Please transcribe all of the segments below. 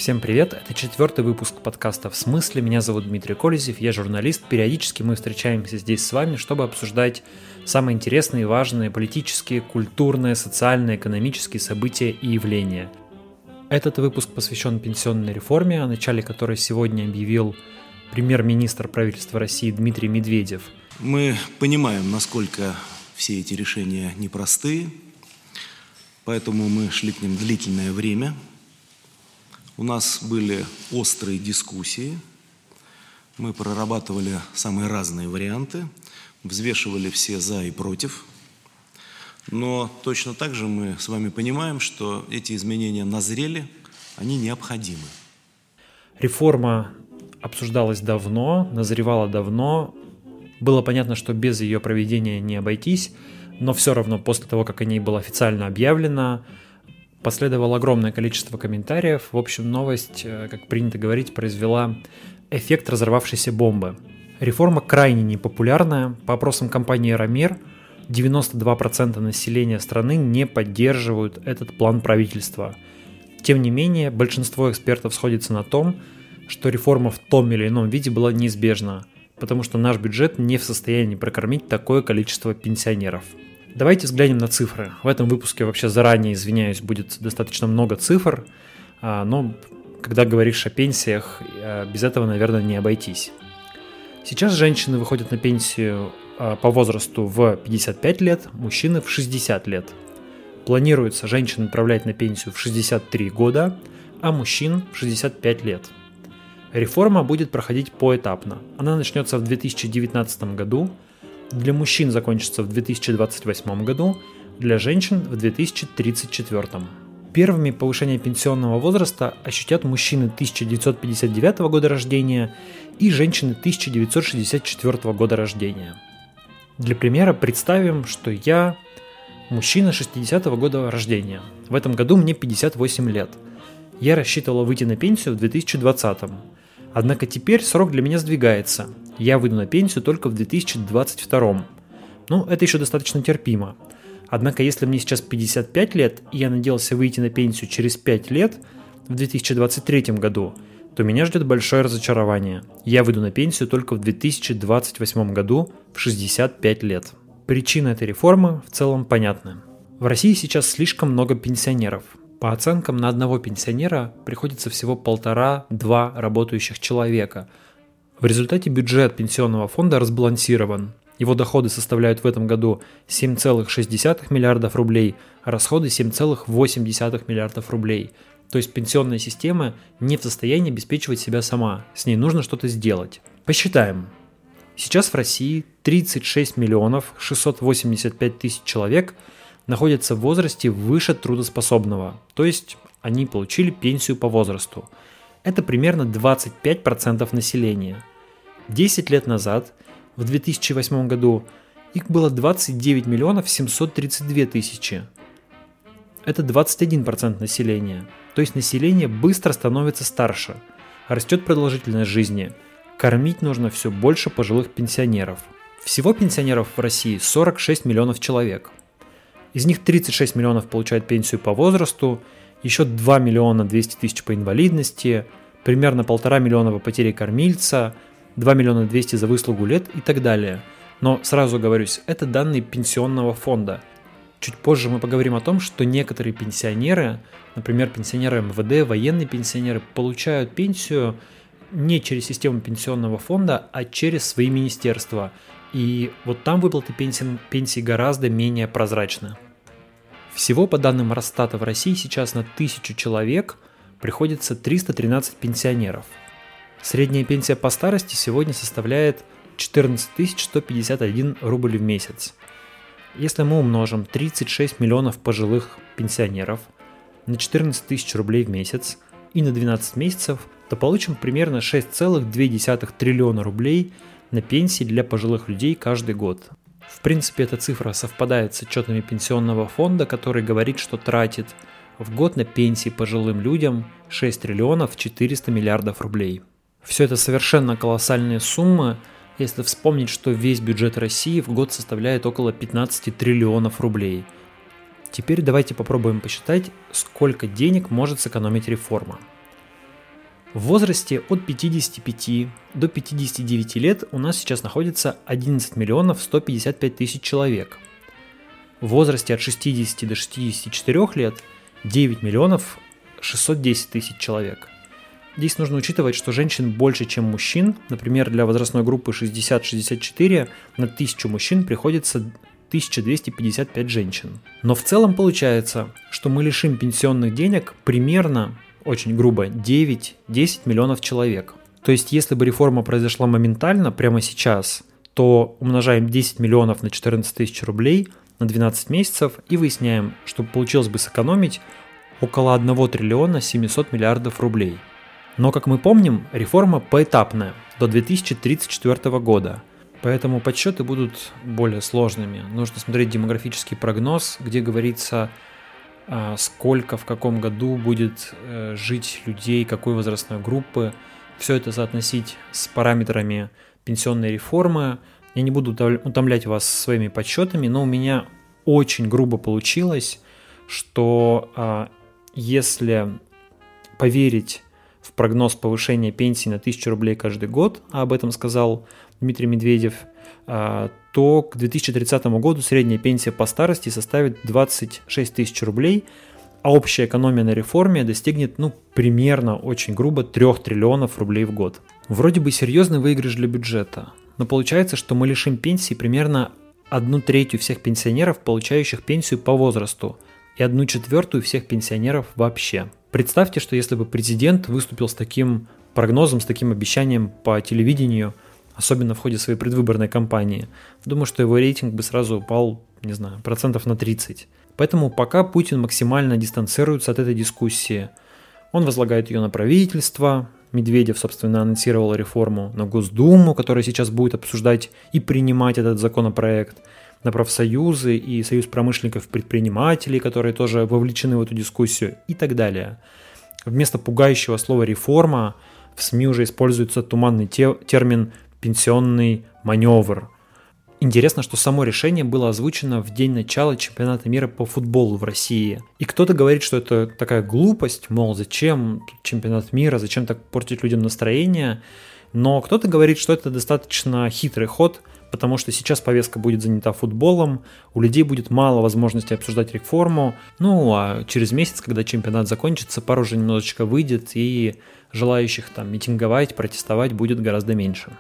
Всем привет, это 4-й выпуск подкаста «В смысле?». Меня зовут Дмитрий Колезев, я журналист. Периодически мы встречаемся здесь с вами, чтобы обсуждать самые интересные и важные политические, культурные, социальные, экономические события и явления. Этот выпуск посвящен пенсионной реформе, о начале которой сегодня объявил премьер-министр правительства России Дмитрий Медведев. Мы понимаем, насколько все эти решения непростые, поэтому мы шли к ним длительное время. У нас были острые дискуссии, мы прорабатывали самые разные варианты, взвешивали все «за» и «против». Но точно так же мы с вами понимаем, что эти изменения назрели, они необходимы. Реформа обсуждалась давно, назревала давно. Было понятно, что без ее проведения не обойтись, но все равно после того, как о ней было официально объявлено, последовало огромное количество комментариев. В общем, новость, как принято говорить, произвела эффект разорвавшейся бомбы. Реформа крайне непопулярная. По опросам компании Рамир, 92% населения страны не поддерживают этот план правительства. Тем не менее, большинство экспертов сходится на том, что реформа в том или ином виде была неизбежна, потому что наш бюджет не в состоянии прокормить такое количество пенсионеров. Давайте взглянем на цифры. В этом выпуске вообще заранее, извиняюсь, будет достаточно много цифр, но когда говоришь о пенсиях, без этого, наверное, не обойтись. Сейчас женщины выходят на пенсию по возрасту в 55 лет, мужчины в 60 лет. Планируется женщин отправлять на пенсию в 63 года, а мужчин в 65 лет. Реформа будет проходить поэтапно. Она начнется в 2019 году, для мужчин закончится в 2028 году, для женщин в 2034. Первыми повышение пенсионного возраста ощутят мужчины 1959 года рождения и женщины 1964 года рождения. Для примера представим, что я мужчина 60-го года рождения. В этом году мне 58 лет. Я рассчитывал выйти на пенсию в 2020. Однако теперь срок для меня сдвигается. Я выйду на пенсию только в 2022. Это еще достаточно терпимо. Однако если мне сейчас 55 лет, и я надеялся выйти на пенсию через 5 лет, в 2023 году, то меня ждет большое разочарование. Я выйду на пенсию только в 2028 году в 65 лет. Причины этой реформы в целом понятны. В России сейчас слишком много пенсионеров. По оценкам, на одного пенсионера приходится всего 1,5-2 работающих человека. В результате бюджет пенсионного фонда разбалансирован. Его доходы составляют в этом году 7,6 миллиардов рублей, а расходы 7,8 миллиардов рублей. То есть пенсионная система не в состоянии обеспечивать себя сама, с ней нужно что-то сделать. Посчитаем. Сейчас в России 36 миллионов 685 тысяч человек находятся в возрасте выше трудоспособного, то есть они получили пенсию по возрасту. Это примерно 25% населения. 10 лет назад, в 2008 году, их было 29 миллионов 732 тысячи. Это 21% населения, то есть население быстро становится старше, растет продолжительность жизни, кормить нужно все больше пожилых пенсионеров. Всего пенсионеров в России 46 миллионов человек. Из них 36 миллионов получают пенсию по возрасту, еще 2 миллиона 200 тысяч по инвалидности, примерно 1,5 миллиона по потере кормильца, 2 миллиона 200 за выслугу лет и так далее. Но сразу говорюсь, это данные пенсионного фонда. Чуть позже мы поговорим о том, что некоторые пенсионеры, например, пенсионеры МВД, военные пенсионеры, получают пенсию не через систему пенсионного фонда, а через свои министерства. И вот там выплаты пенсий гораздо менее прозрачны. Всего по данным Росстата в России сейчас на 1000 человек приходится 313 пенсионеров. Средняя пенсия по старости сегодня составляет 14 151 рубль в месяц. Если мы умножим 36 миллионов пожилых пенсионеров на 14 тысяч рублей в месяц и на 12 месяцев, то получим примерно 6,2 триллиона рублей на пенсии для пожилых людей каждый год. В принципе, эта цифра совпадает с отчетами Пенсионного фонда, который говорит, что тратит в год на пенсии пожилым людям 6 триллионов 400 миллиардов рублей. Все это совершенно колоссальные суммы, если вспомнить, что весь бюджет России в год составляет около 15 триллионов рублей. Теперь давайте попробуем посчитать, сколько денег может сэкономить реформа. В возрасте от 55 до 59 лет у нас сейчас находится 11 миллионов 155 тысяч человек. В возрасте от 60 до 64 лет 9 миллионов 610 тысяч человек. Здесь нужно учитывать, что женщин больше, чем мужчин. Например, для возрастной группы 60-64 на 1000 мужчин приходится 1255 женщин. Но в целом получается, что мы лишим пенсионных денег примерно, очень грубо, 9-10 миллионов человек. То есть, если бы реформа произошла моментально, прямо сейчас, то умножаем 10 миллионов на 14 тысяч рублей на 12 месяцев и выясняем, что получилось бы сэкономить около 1 триллиона 700 миллиардов рублей. Но, как мы помним, реформа поэтапная, до 2034 года. Поэтому подсчеты будут более сложными. Нужно смотреть демографический прогноз, где говорится, сколько в каком году будет жить людей, какой возрастной группы. Все это соотносить с параметрами пенсионной реформы. Я не буду утомлять вас своими подсчетами, но у меня очень грубо получилось, что если поверить в прогноз повышения пенсии на 1000 рублей каждый год, а об этом сказал Дмитрий Медведев, то к 2030 году средняя пенсия по старости составит 26 тысяч рублей, а общая экономия на реформе достигнет, примерно, очень грубо, 3 триллионов рублей в год. Вроде бы серьезный выигрыш для бюджета, но получается, что мы лишим пенсии примерно 1/3 всех пенсионеров, получающих пенсию по возрасту, и 1/4 всех пенсионеров вообще. Представьте, что если бы президент выступил с таким прогнозом, с таким обещанием по телевидению, особенно в ходе своей предвыборной кампании, думаю, что его рейтинг бы сразу упал, не знаю, процентов на 30. Поэтому пока Путин максимально дистанцируется от этой дискуссии. Он возлагает ее на правительство, Медведев, собственно, анонсировал реформу на Госдуму, которая сейчас будет обсуждать и принимать этот законопроект, на профсоюзы и союз промышленников-предпринимателей, которые тоже вовлечены в эту дискуссию и так далее. Вместо пугающего слова «реформа» в СМИ уже используется туманный термин «пенсионный маневр». Интересно, что само решение было озвучено в день начала чемпионата мира по футболу в России. И кто-то говорит, что это такая глупость, мол, зачем чемпионат мира, зачем так портить людям настроение. Но кто-то говорит, что это достаточно хитрый ход, потому что сейчас повестка будет занята футболом, у людей будет мало возможностей обсуждать реформу, а через месяц, когда чемпионат закончится, пар уже немножечко выйдет, и желающих там митинговать, протестовать будет гораздо меньше.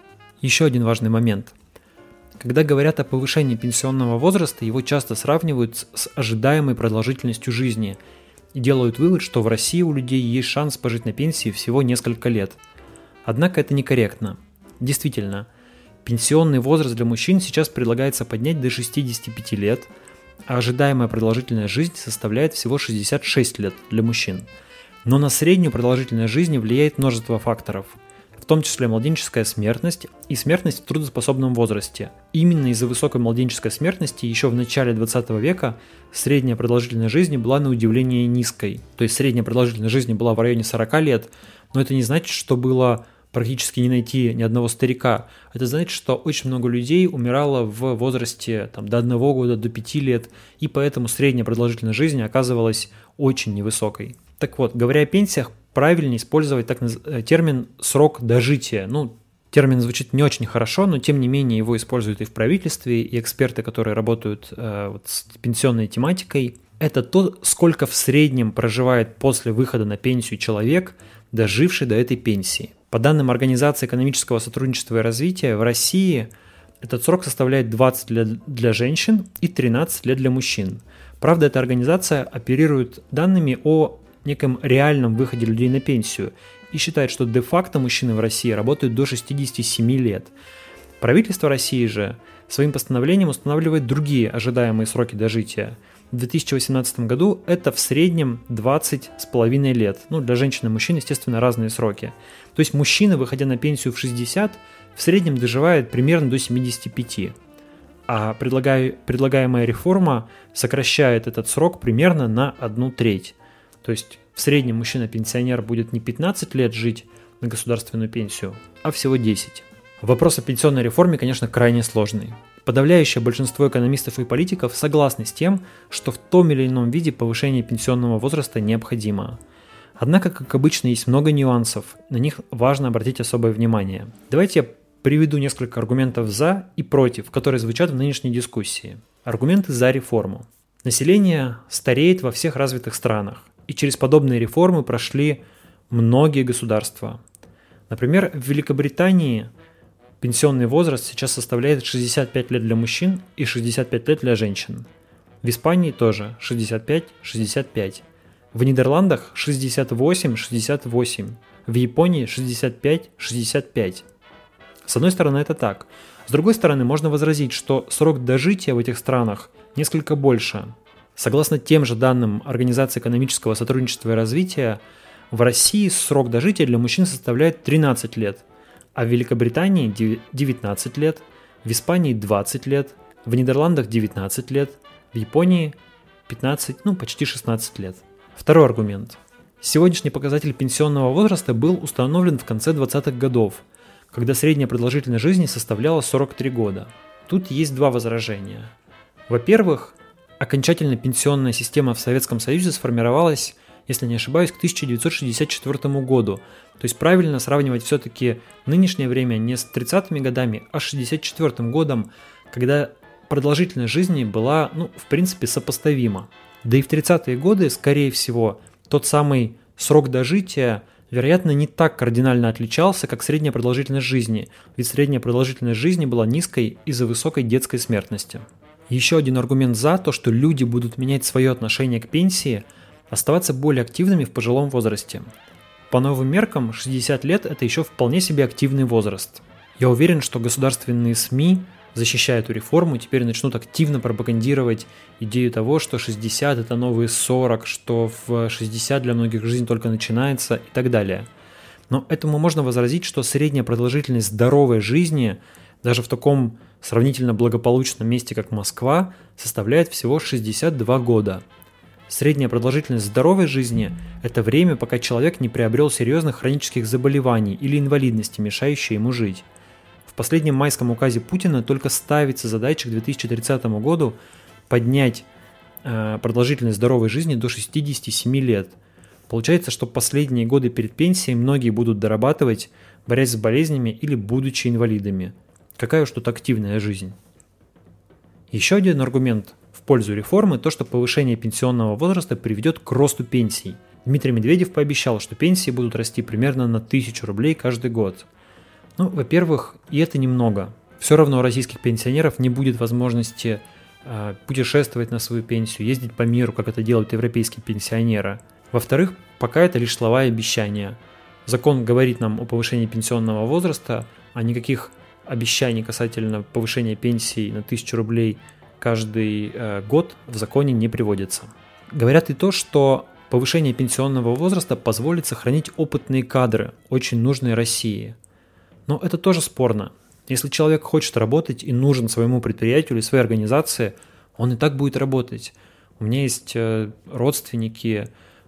Еще один важный момент. Когда говорят о повышении пенсионного возраста, его часто сравнивают с ожидаемой продолжительностью жизни и делают вывод, что в России у людей есть шанс пожить на пенсии всего несколько лет. Однако это некорректно. Действительно, пенсионный возраст для мужчин сейчас предлагается поднять до 65 лет, а ожидаемая продолжительность жизни составляет всего 66 лет для мужчин. Но на среднюю продолжительность жизни влияет множество факторов, в том числе младенческая смертность и смертность в трудоспособном возрасте. Именно из-за высокой младенческой смертности еще в начале 20 века средняя продолжительность жизни была на удивление низкой. То есть средняя продолжительность жизни была в районе 40 лет, но это не значит, что было практически не найти ни одного старика. Это значит, что очень много людей умирало в возрасте до 1 года, до 5 лет, и поэтому средняя продолжительность жизни оказывалась очень невысокой. Так вот, говоря о пенсиях, правильнее использовать термин «срок дожития». Термин звучит не очень хорошо, но тем не менее его используют и в правительстве, и эксперты, которые работают с пенсионной тематикой. Это то, сколько в среднем проживает после выхода на пенсию человек, доживший до этой пенсии. По данным Организации экономического сотрудничества и развития, в России этот срок составляет 20 лет для женщин и 13 лет для мужчин. Правда, эта организация оперирует данными о неком реальном выходе людей на пенсию и считает, что де-факто мужчины в России работают до 67 лет. Правительство России же своим постановлением устанавливает другие ожидаемые сроки дожития. В 2018 году это в среднем 20,5 лет. Для женщин и мужчин, естественно, разные сроки. То есть мужчина, выходя на пенсию в 60, в среднем доживает примерно до 75. А предлагаемая реформа сокращает этот срок примерно на 1/3. То есть в среднем мужчина-пенсионер будет не 15 лет жить на государственную пенсию, а всего 10. Вопрос о пенсионной реформе, конечно, крайне сложный. Подавляющее большинство экономистов и политиков согласны с тем, что в том или ином виде повышение пенсионного возраста необходимо. Однако, как обычно, есть много нюансов, на них важно обратить особое внимание. Давайте я приведу несколько аргументов «за» и «против», которые звучат в нынешней дискуссии. Аргументы «за» реформу. Население стареет во всех развитых странах, и через подобные реформы прошли многие государства. Например, в Великобритании пенсионный возраст сейчас составляет 65 лет для мужчин и 65 лет для женщин. В Испании тоже 65-65. В Нидерландах 68-68. В Японии 65-65. С одной стороны, это так. С другой стороны, можно возразить, что срок дожития в этих странах несколько больше. Согласно тем же данным Организации экономического сотрудничества и развития, в России срок дожития для мужчин составляет 13 лет, а в Великобритании 19 лет, в Испании 20 лет, в Нидерландах 19 лет, в Японии 15, почти 16 лет. Второй аргумент. Сегодняшний показатель пенсионного возраста был установлен в конце 20-х годов, когда средняя продолжительность жизни составляла 43 года. Тут есть два возражения. Во-первых, окончательно пенсионная система в Советском Союзе сформировалась, если не ошибаюсь, к 1964 году. То есть правильно сравнивать все-таки нынешнее время не с 30-ми годами, а с 64 годом, когда продолжительность жизни была, в принципе, сопоставима. Да и в 30-е годы, скорее всего, тот самый срок дожития, вероятно, не так кардинально отличался, как средняя продолжительность жизни, ведь средняя продолжительность жизни была низкой из-за высокой детской смертности. Еще один аргумент за то, что люди будут менять свое отношение к пенсии, оставаться более активными в пожилом возрасте. По новым меркам 60 лет – это еще вполне себе активный возраст. Я уверен, что государственные СМИ, защищая эту реформу, теперь начнут активно пропагандировать идею того, что 60 – это новые 40, что в 60 для многих жизнь только начинается и так далее. Но этому можно возразить, что средняя продолжительность здоровой жизни даже в таком сравнительно благополучном месте, как Москва, составляет всего 62 года. Средняя продолжительность здоровой жизни – это время, пока человек не приобрел серьезных хронических заболеваний или инвалидности, мешающие ему жить. В последнем майском указе Путина только ставится задача к 2030 году поднять продолжительность здоровой жизни до 67 лет. Получается, что последние годы перед пенсией многие будут дорабатывать, борясь с болезнями или будучи инвалидами. Какая уж тут активная жизнь. Еще один аргумент в пользу реформы – то, что повышение пенсионного возраста приведет к росту пенсий. Дмитрий Медведев пообещал, что пенсии будут расти примерно на 1000 рублей каждый год. Во-первых, и это немного. Все равно у российских пенсионеров не будет возможности путешествовать на свою пенсию, ездить по миру, как это делают европейские пенсионеры. Во-вторых, пока это лишь слова и обещания. Закон говорит нам о повышении пенсионного возраста, а никаких обещаний касательно повышения пенсий на 1000 рублей каждый год в законе не приводится. Говорят и то, что повышение пенсионного возраста позволит сохранить опытные кадры, очень нужные России. Но это тоже спорно. Если человек хочет работать и нужен своему предприятию или своей организации, он и так будет работать. У меня есть родственники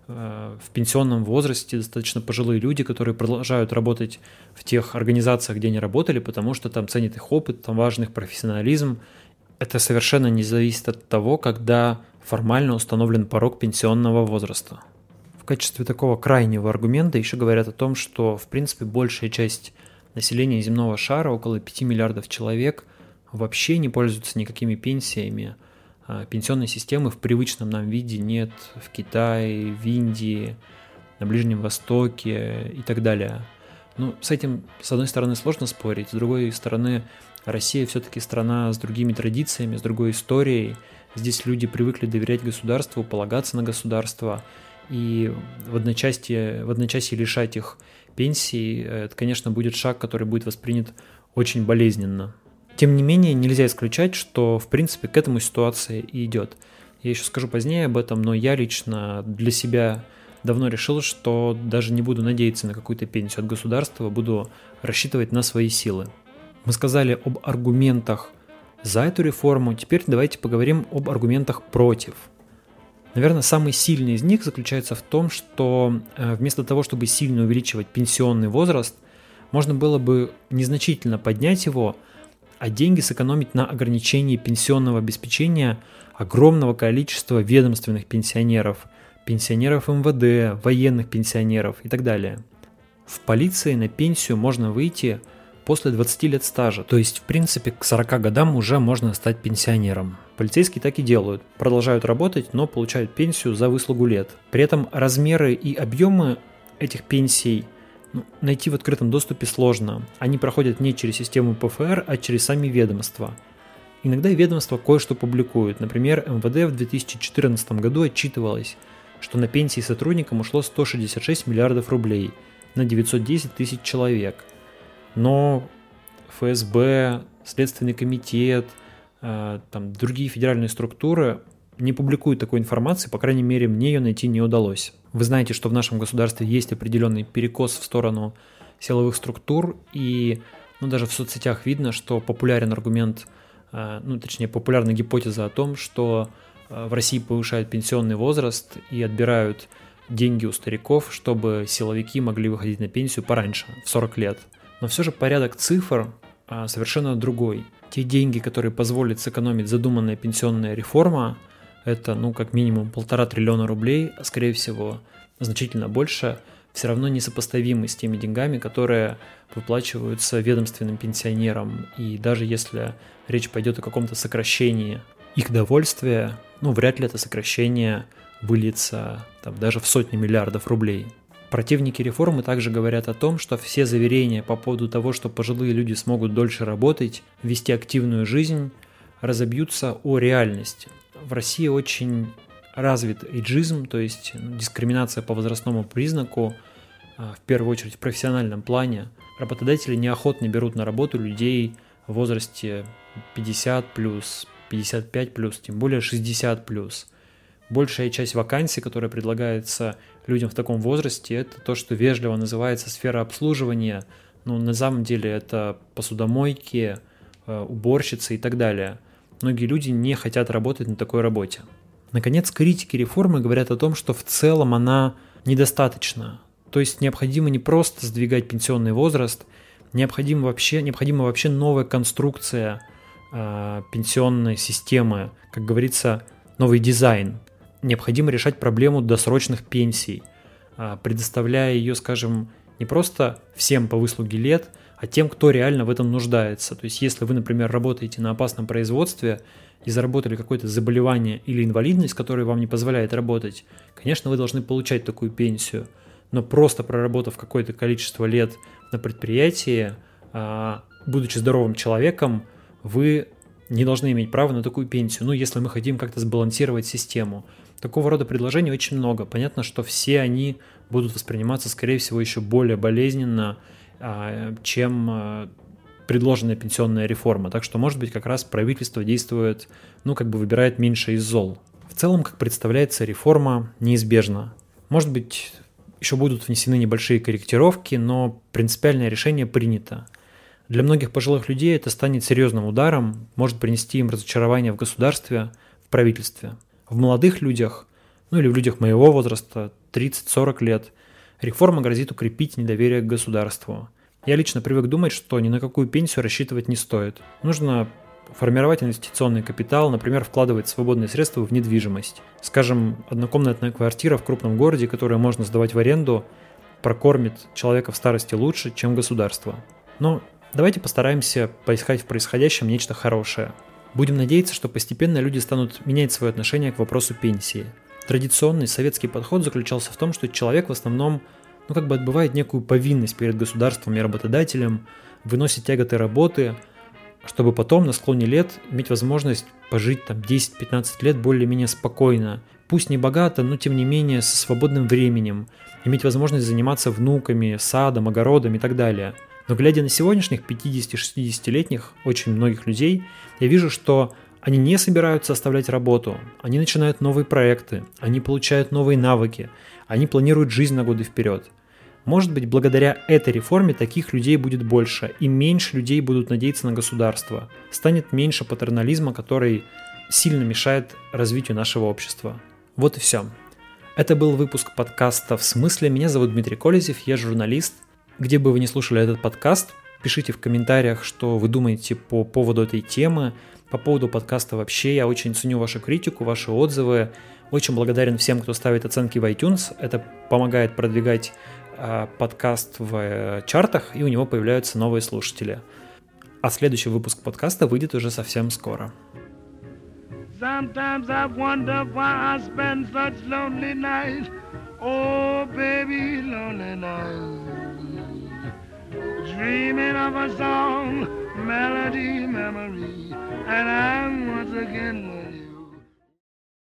в пенсионном возрасте, достаточно пожилые люди, которые продолжают работать в тех организациях, где они работали, потому что там ценят их опыт, там важен их профессионализм. Это совершенно не зависит от того, когда формально установлен порог пенсионного возраста. В качестве такого крайнего аргумента еще говорят о том, что, в принципе, большая часть населения земного шара, около 5 миллиардов человек, вообще не пользуются никакими пенсиями. Пенсионной системы в привычном нам виде нет в Китае, в Индии, на Ближнем Востоке и так далее. С этим, с одной стороны, сложно спорить, с другой стороны, Россия все-таки страна с другими традициями, с другой историей. Здесь люди привыкли доверять государству, полагаться на государство, и в одночасье лишать их пенсии, это, конечно, будет шаг, который будет воспринят очень болезненно. Тем не менее, нельзя исключать, что, в принципе, к этому ситуация и идет. Я еще скажу позднее об этом, но я лично для себя давно решил, что даже не буду надеяться на какую-то пенсию от государства, буду рассчитывать на свои силы. Мы сказали об аргументах за эту реформу, теперь давайте поговорим об аргументах против. Наверное, самый сильный из них заключается в том, что вместо того, чтобы сильно увеличивать пенсионный возраст, можно было бы незначительно поднять его, а деньги сэкономить на ограничении пенсионного обеспечения огромного количества ведомственных пенсионеров, пенсионеров МВД, военных пенсионеров и так далее. В полиции на пенсию можно выйти после 20 лет стажа, то есть в принципе к 40 годам уже можно стать пенсионером. Полицейские так и делают, продолжают работать, но получают пенсию за выслугу лет. При этом размеры и объемы этих пенсий найти в открытом доступе сложно. Они проходят не через систему ПФР, а через сами ведомства. Иногда ведомства кое-что публикуют. Например, МВД в 2014 году отчитывалось, что на пенсии сотрудникам ушло 166 миллиардов рублей на 910 тысяч человек. Но ФСБ, Следственный комитет, другие федеральные структуры не публикуют такой информации, по крайней мере, мне ее найти не удалось. Вы знаете, что в нашем государстве есть определенный перекос в сторону силовых структур, и даже в соцсетях видно, что популярен аргумент, популярна гипотеза о том, что в России повышают пенсионный возраст и отбирают деньги у стариков, чтобы силовики могли выходить на пенсию пораньше, в 40 лет. Но все же порядок цифр совершенно другой. Те деньги, которые позволят сэкономить задуманная пенсионная реформа, это как минимум 1,5 триллиона рублей, а скорее всего значительно больше, все равно несопоставимы с теми деньгами, которые выплачиваются ведомственным пенсионерам. И даже если речь пойдет о каком-то сокращении их довольствия, вряд ли это сокращение выльется даже в сотни миллиардов рублей. Противники реформы также говорят о том, что все заверения по поводу того, что пожилые люди смогут дольше работать, вести активную жизнь, разобьются о реальность. В России очень развит эйджизм, то есть дискриминация по возрастному признаку, в первую очередь в профессиональном плане. Работодатели неохотно берут на работу людей в возрасте 50+, 55+, тем более 60+. Большая часть вакансий, которая предлагается людям в таком возрасте, это то, что вежливо называется сфера обслуживания, но на самом деле это посудомойки, уборщицы и так далее. Многие люди не хотят работать на такой работе. Наконец, критики реформы говорят о том, что в целом она недостаточна. То есть необходимо не просто сдвигать пенсионный возраст, необходима вообще новая конструкция пенсионной системы, как говорится, новый дизайн. Необходимо решать проблему досрочных пенсий, предоставляя ее, не просто всем по выслуге лет, а тем, кто реально в этом нуждается. То есть, если вы, например, работаете на опасном производстве и заработали какое-то заболевание или инвалидность, которая вам не позволяет работать, конечно, вы должны получать такую пенсию. Но просто проработав какое-то количество лет на предприятии, будучи здоровым человеком, вы не должны иметь права на такую пенсию, если мы хотим как-то сбалансировать систему. Такого рода предложений очень много. Понятно, что все они будут восприниматься, скорее всего, еще более болезненно, чем предложенная пенсионная реформа. Так что, может быть, как раз правительство действует, выбирает меньше из зол. В целом, как представляется, реформа неизбежна. Может быть, еще будут внесены небольшие корректировки, но принципиальное решение принято. Для многих пожилых людей это станет серьезным ударом, может принести им разочарование в государстве, в правительстве. В молодых людях, или в людях моего возраста, 30-40 лет, реформа грозит укрепить недоверие к государству. Я лично привык думать, что ни на какую пенсию рассчитывать не стоит. Нужно формировать инвестиционный капитал, например, вкладывать свободные средства в недвижимость. Скажем, однокомнатная квартира в крупном городе, которую можно сдавать в аренду, прокормит человека в старости лучше, чем государство. Но давайте постараемся поискать в происходящем нечто хорошее. Будем надеяться, что постепенно люди станут менять свое отношение к вопросу пенсии. Традиционный советский подход заключался в том, что человек в основном отбывает некую повинность перед государством и работодателем, выносит тяготы работы, чтобы потом на склоне лет иметь возможность пожить 10-15 лет более-менее спокойно. Пусть не богато, но тем не менее со свободным временем, иметь возможность заниматься внуками, садом, огородом и так далее. Но глядя на сегодняшних 50-60-летних, очень многих людей, я вижу, что они не собираются оставлять работу, они начинают новые проекты, они получают новые навыки, они планируют жизнь на годы вперед. Может быть, благодаря этой реформе таких людей будет больше, и меньше людей будут надеяться на государство. Станет меньше патернализма, который сильно мешает развитию нашего общества. Вот и все. Это был выпуск подкаста «В смысле?». Меня зовут Дмитрий Колезев, я журналист. Где бы вы ни слушали этот подкаст, пишите в комментариях, что вы думаете по поводу этой темы, по поводу подкаста вообще. Я очень ценю вашу критику, ваши отзывы. Очень благодарен всем, кто ставит оценки в iTunes. Это помогает продвигать подкаст в чартах, и у него появляются новые слушатели. А следующий выпуск подкаста выйдет уже совсем скоро. Sometimes I wonder why I spend such lonely nights. Oh, baby, lonely nights. Dreaming of a song, melody, memory. And I'm once again